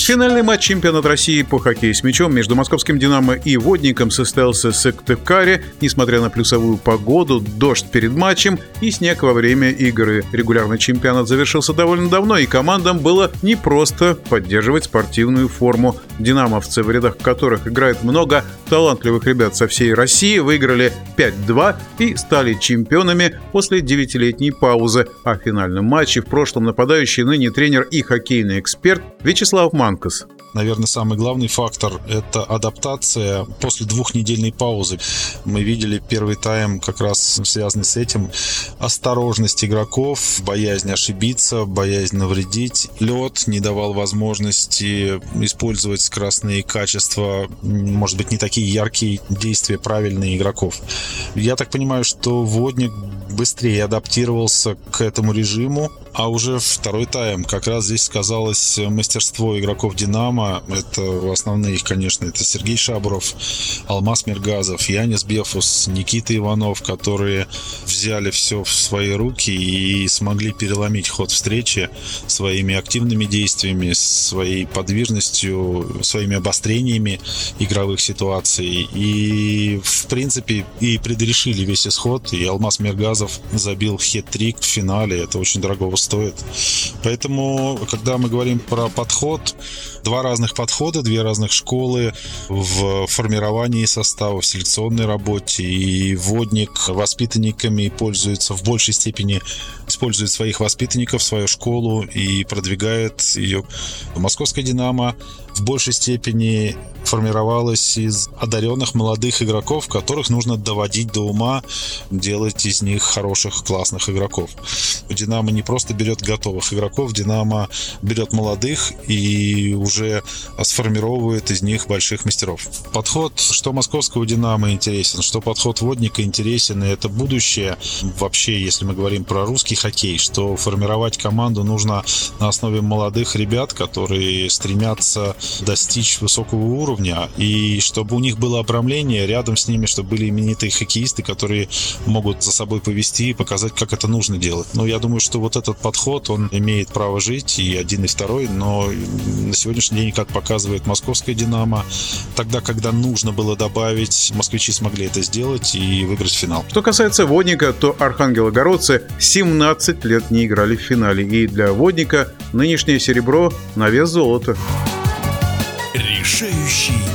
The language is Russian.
Финальный матч чемпионата России по хоккею с мячом между московским «Динамо» и «Водником» состоялся в Сыктывкаре. Несмотря на плюсовую погоду, дождь перед матчем и снег во время игры. Регулярный чемпионат завершился довольно давно, и командам было непросто поддерживать спортивную форму. «Динамовцы», в рядах которых играет много талантливых ребят со всей России, выиграли 5-2 и стали чемпионами после 9-летней паузы. А в финальном матче в прошлом нападающий, ныне тренер и хоккейный эксперт Вячеслав Манкас. Наверное, самый главный фактор – это адаптация после двухнедельной паузы. Мы видели первый тайм, как раз связанный с этим. Осторожность игроков, боязнь ошибиться, боязнь навредить. Лед не давал возможности использовать скоростные качества, может быть, не такие яркие действия правильные игроков. Я так понимаю, что «Водник» быстрее адаптировался к этому режиму, а уже второй тайм как раз здесь сказалось мастерство игроков «Динамо». Это основные, конечно, это Сергей Шабуров, Алмаз Миргазов, Янис Бефус, Никита Иванов, которые взяли все в свои руки и смогли переломить ход встречи своими активными действиями, своей подвижностью, своими обострениями игровых ситуаций. И, в принципе, и предрешили весь исход. И Алмаз Миргазов забил хет-трик в финале. Это очень дорого стоит. Поэтому, когда мы говорим про подход, два разных подхода, две разных школы в формировании состава, в селекционной работе. И «Водник» воспитанниками пользуется в большей степени, использует своих воспитанников, свою школу и продвигает ее. Московская «Динамо» в большей степени формировалась из одаренных молодых игроков, которых нужно доводить до ума, делать из них хороших, классных игроков. «Динамо» не просто берет готовых игроков, «Динамо» берет молодых и уже сформировывает из них больших мастеров. Подход, что московского «Динамо» интересен, что подход «Водника» интересен, и это будущее. Вообще, если мы говорим про русский хоккей, что формировать команду нужно на основе молодых ребят, которые стремятся достичь высокого уровня, и чтобы у них было обрамление рядом с ними, чтобы были именитые хоккеисты, которые могут за собой повести и показать, как это нужно делать. Но я думаю, что вот этот подход, он имеет право жить, и один, и второй, но на сегодняшний день, как показывает московская «Динамо», тогда, когда нужно было добавить, москвичи смогли это сделать и выиграть финал. Что касается «Водника», то архангелогородцы 17 лет не играли в финале, и для «Водника» нынешнее серебро на вес золота. Решающий